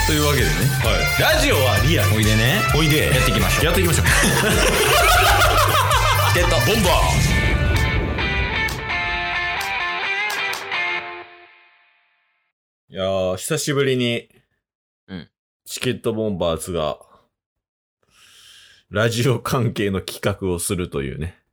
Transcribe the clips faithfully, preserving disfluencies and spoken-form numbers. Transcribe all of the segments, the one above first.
というわけでね、 はい、ラジオはリアル。 おいでね、 おいでやっていきましょう。 やっていきましょう。 ゲットボンバー。いやー、久しぶりに、 うん、 チケットボンバーズが、ラジオ関係の企画をするというね。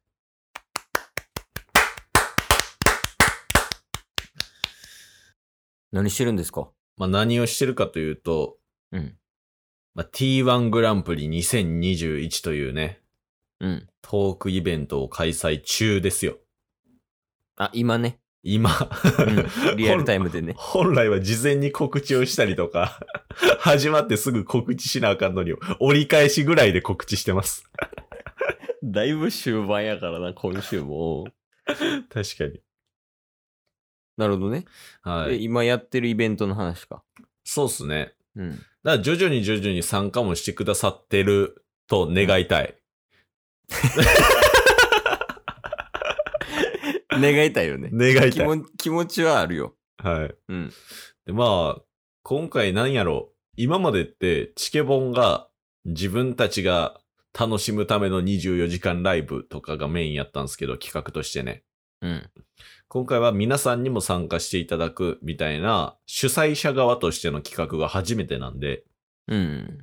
何してるんですか？ まあ、何をしてるかというと、 うん。 まあ、ティーワン グランプリにせんにじゅういちというね、 うん。 トークイベントを開催中ですよ。 あ、今ね。 今、 うん、リアルタイムでね。 本来は事前に告知をしたりとか、始まってすぐ告知しなあかんのに、折り返しぐらいで告知してます。 だいぶ終盤やからな、今週も。 確かに。 なるほどね。 はい。 で、今やってるイベントの話か。 そうっすね。 うん。 だから徐々に徐々に参加もしてくださってると願いたい。 願いたいよね。 願いたい。 気も気持ちはあるよ。 はい。 うん。 で、まあ、今回なんやろ。今までってチケボンが自分たちが楽しむためのにじゅうよじかんライブとかがメインやったんですけど、企画としてね。 うん。 今回は皆さんにも参加していただくみたいな主催者側としての企画が初めてなんで、 うん。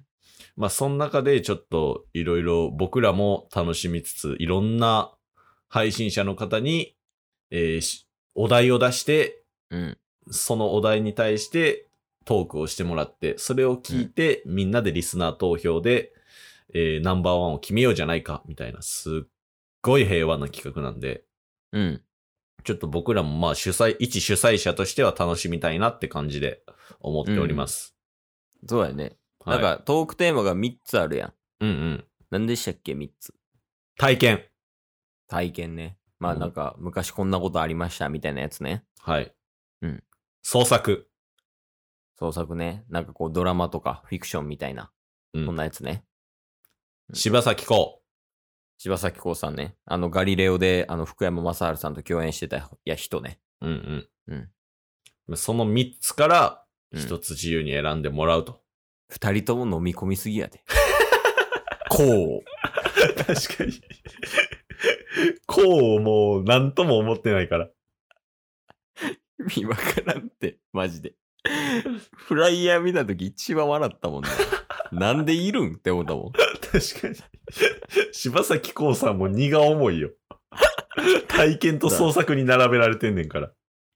まあその中でちょっといろいろ僕らも楽しみつつ、いろんな配信者の方に、えー、お題を出して、 うん。 そのお題に対してトークをしてもらって、それを聞いて、みんなでリスナー投票で、えー、ナンバーワンを決めようじゃないかみたいな、すっごい平和な企画なんで、 うん。 ちょっと僕らもまあ主催、一主催者としては楽しみたいなって感じで思っております。 うん、そうやね。 はい、 なんかトークテーマがみっつあるやん。 うんうん。 何でしたっけみっつ。 体験。 体験ね。まあなんか昔こんなことありましたみたいなやつね。 はい。 うん。 創作。 創作ね。なんかこうドラマとかフィクションみたいな。 うん。 こんなやつね。 うん、柴咲コウ。 柴咲コウさんね。あのガリレオであの福山雅治さんと共演してたや人ね。 うんうん。 うん。 そのみっつからひとつ自由に選んでもらうと。 二、うん、人とも飲み込みすぎやで。こう。 確かに。こうもう何とも思ってないから。 意味わからんって、マジで。フライヤー見たとき一番笑ったもんね。なんでいるんって思ったもん。 確かに。柴咲コウさんも荷が重いよ。体験と創作に並べられてんねんから。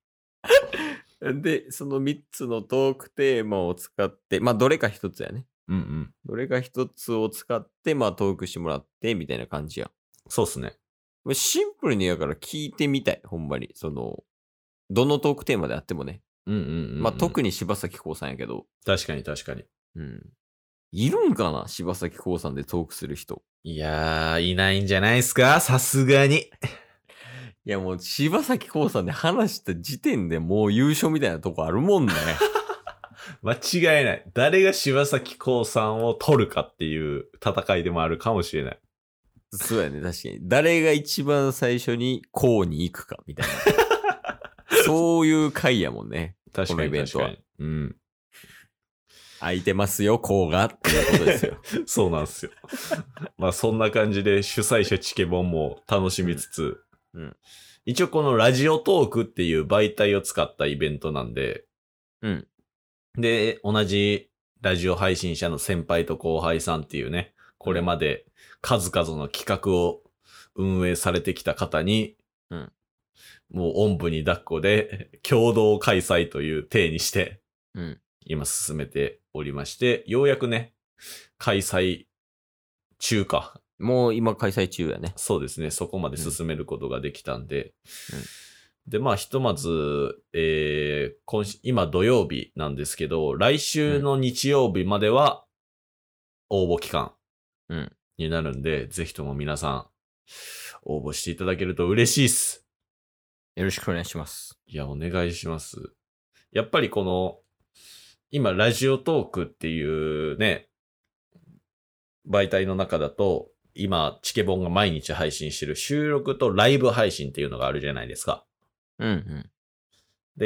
で、そのみっつのトークテーマを使って、まあどれか一つやね。 うんうん。 どれか一つを使って、まあトークしてもらって、みたいな感じや。 そうっすね。 シンプルにやから聞いてみたい、ほんまに。その、どのトークテーマであってもね。 うんうんうん、うん。 まあ特に柴咲コウさんやけど。 確かに確かに。 うん。いるんかな柴咲コウさんでトークする人。 いやー、いないんじゃないっすか、さすがに。 いやもう柴咲コウさんで話した時点でもう優勝みたいなとこあるもんね。 間違いない。誰が柴咲コウさんを取るかっていう戦いでもあるかもしれない。 そうやね、確かに。誰が一番最初にコウに行くかみたいな。そういう回やもんね。 確かに確かに。 うん。 空いてますよ、コウがっていうことですよ。 そうなんですよ。まあそんな感じで主催者チケボンも楽しみつつ、 うんうん、 一応このラジオトークっていう媒体を使ったイベントなんで、 うん。 で、同じラジオ配信者の先輩と後輩さんっていうね、これまで数々の企画を運営されてきた方に、 うん、 もうおんぶに抱っこで共同開催という体にして、 うん、 今進めておりまして、ようやくね、開催中か。 もう今開催中やね。 そうですね。そこまで進めることができたんで。 うん、 で、まあ、ひとまず、えー、今今土曜日なんですけど、来週の日曜日までは応募期間になるんで、うん、ぜひとも皆さん応募していただけると嬉しいっす。 よろしくお願いします。 いや、お願いします。やっぱりこの、今、ラジオトークっていうね、媒体の中だと、今、チケボンが毎日配信してる収録とライブ配信っていうのがあるじゃないですか。 うんうん。 で、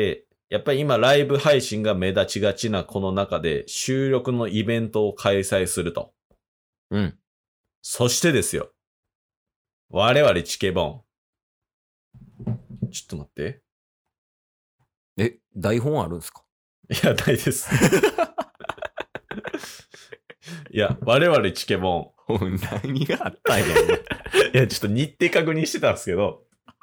やっぱり今ライブ配信が目立ちがちなこの中で収録のイベントを開催すると。 うん。 そしてですよ。我々チケボン。ちょっと待って。 え、台本あるんすか？ いや、ないです。いや、我々チケボン。何があったんや。いや、ちょっと日程確認してたんですけど。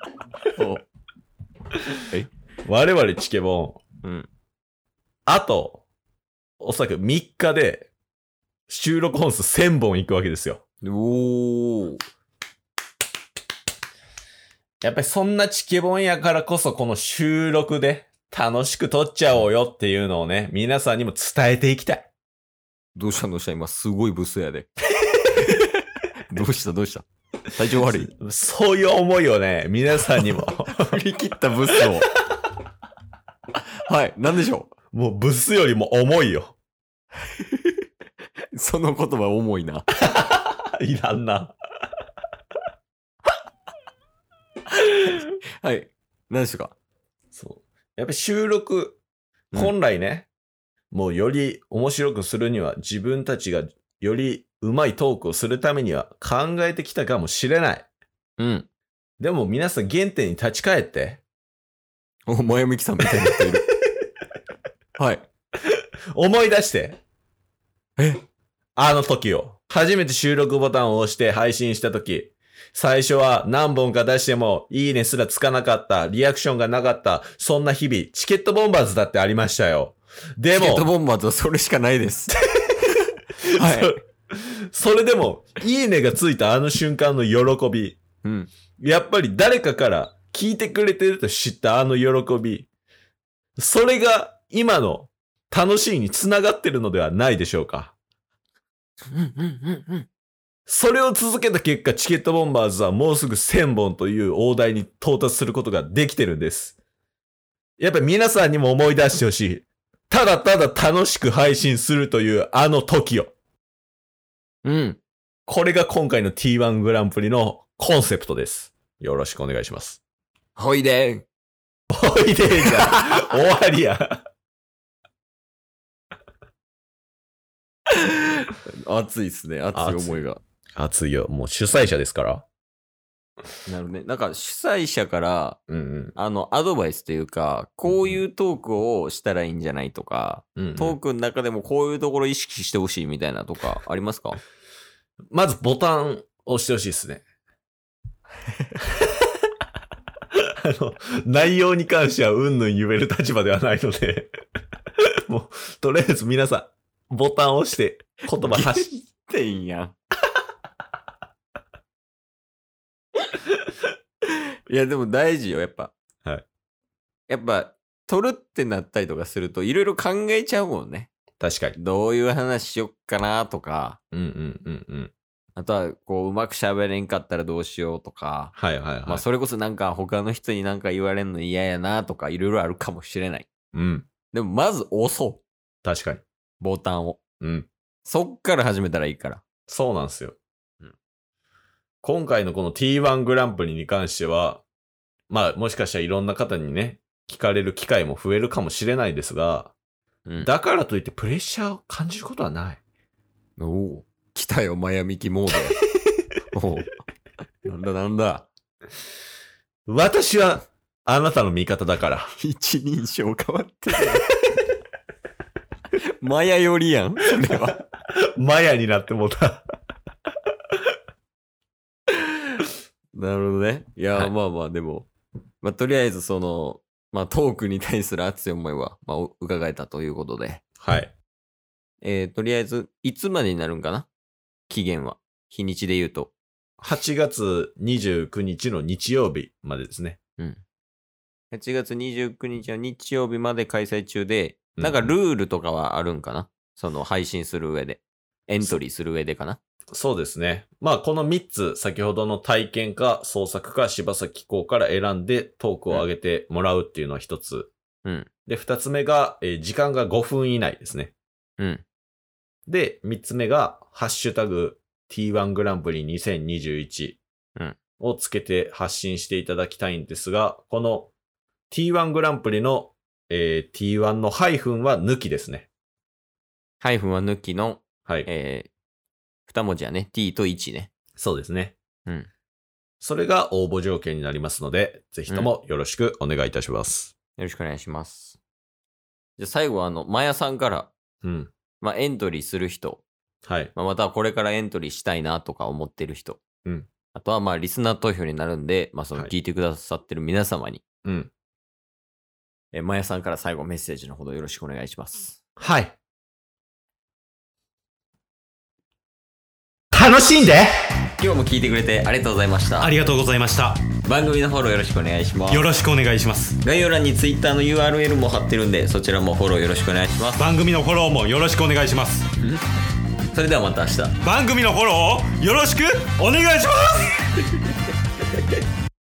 え我々チケボン。うん。 あと、おそらくみっかで収録本数せんぼんいくわけですよ。 おー。 やっぱりそんなチケボンやからこそこの収録で楽しく撮っちゃおうよっていうのをね、皆さんにも伝えていきたい。 どうしたどうした今すごいブスやで。どうしたどうした体調悪い？ そういう思いをね、皆さんにも。 振り切ったブスを。はい、なんでしょうもうブスよりも重いよ。 その言葉重いな。 いらんな。 はい。何でしょうか？ そう。やっぱり収録、本来ね、うん、もうより面白くするには自分たちがより上手いトークをするためには考えてきたかもしれない。 うん。 でも皆さん原点に立ち返って。 お、前向きさんみたいな人いる。はい。 思い出して。 え？ あの時を。初めて収録ボタンを押して配信した時。最初は何本か出してもいいねすらつかなかった。リアクションがなかった。そんな日々。チケットボンバーズだってありましたよ。でも。 チケットボンバーズはそれしかないです。はい。 そ, それでも、いいねがついたあの瞬間の喜び。 うん。 やっぱり誰かから聞いてくれてると知ったあの喜び。それが今の楽しいにつながってるのではないでしょうか。 うんうんうんうん。 それを続けた結果、チケットボンバーズはもうすぐせんぼんという大台に到達することができてるんです。やっぱり皆さんにも思い出してほしい。ただただ楽しく配信するというあの時を。 うん。 これが今回の ティーワン グランプリのコンセプトです。よろしくお願いします。 ほいでー。 ほいでーじゃ。終わりや。 熱いっすね。熱い思いが。 熱いよ。もう主催者ですから。 なるね。なんか主催者から、 うんうん、 あの、アドバイスというか、こういうトークをしたらいいんじゃないとか、うんうん、トークの中でもこういうところ意識してほしいみたいなとかありますか？ まずボタンを押してほしいですね。あの、内容に関してはうんぬん言える立場ではないので、もう、とりあえず皆さん、ボタンを押して言葉発してんやん。いや、でも大事よ、やっぱ。 はい。 やっぱ、撮るってなったりとかすると、いろいろ考えちゃうもんね。 確かに。 どういう話しよっかなとか。 うんうんうんうん。 あとは、こう、うまく喋れんかったらどうしようとか。 はいはいはい。 まあ、それこそなんか他の人になんか言われんの嫌やなとか、いろいろあるかもしれない。 うん。 でも、まず押そう。 確かに。 ボタンを。 うん。 そっから始めたらいいから。 そうなんですよ。うん、今回のこの ティーワン グランプリに関しては、まあ、もしかしたらいろんな方にね、聞かれる機会も増えるかもしれないですが、うん、だからといってプレッシャーを感じることはない。 おお、来たよ、マヤミキモード。おなんだなんだ。 私はあなたの味方だから。 一人称変わってる。マヤよりやん、それは。 マヤになってもうた。 なるほどね。いや、はい、まあまあ、でも、まあ、とりあえずその、まあ、トークに対する熱い思いは、まあ、伺えたということで。 はい。 えー、とりあえず、いつまでになるんかな？期限は。日にちで言うと。 はちがつにじゅうくにちの日曜日までですね。 うん。はちがつにじゅうくにちの日曜日まで開催中で、なんかルールとかはあるんかな、うん、その配信する上で。エントリーする上でかな。 そうですね。まあこのみっつ、先ほどの体験か創作か柴咲コウから選んでトークを上げてもらうっていうのは一つ。 うん。 で、二つ目が、えー、時間がごふん以内ですね。 うん。 で、三つ目が、ハッシュタグ ティーワン グランプリにせんにじゅういちをつけて発信していただきたいんですが、この ティーワン グランプリのえー、ティーワン のハイフンは抜きですね。 ハイフンは抜きの、 はい。 えー、二文字やね。t といちね。 そうですね。 うん。 それが応募条件になりますので、ぜひともよろしくお願いいたします。 うん、よろしくお願いします。じゃあ最後はあの、マヤさんから、 うん。 まあエントリーする人。 はい。 まあ、またこれからエントリーしたいなとか思ってる人。 うん。 あとはまあリスナー投票になるんで、まあその聞いてくださってる皆様に。 はい、うん。 え、マヤさんから最後メッセージのほどよろしくお願いします。 はい。楽しんで！ 今日も聞いてくれてありがとうございました。 ありがとうございました。 番組のフォローよろしくお願いします。 よろしくお願いします。 概要欄に Twitter の ユーアールエル も貼ってるんで、そちらもフォローよろしくお願いします。 番組のフォローもよろしくお願いします。 それではまた明日。 番組のフォローをよろしくお願いします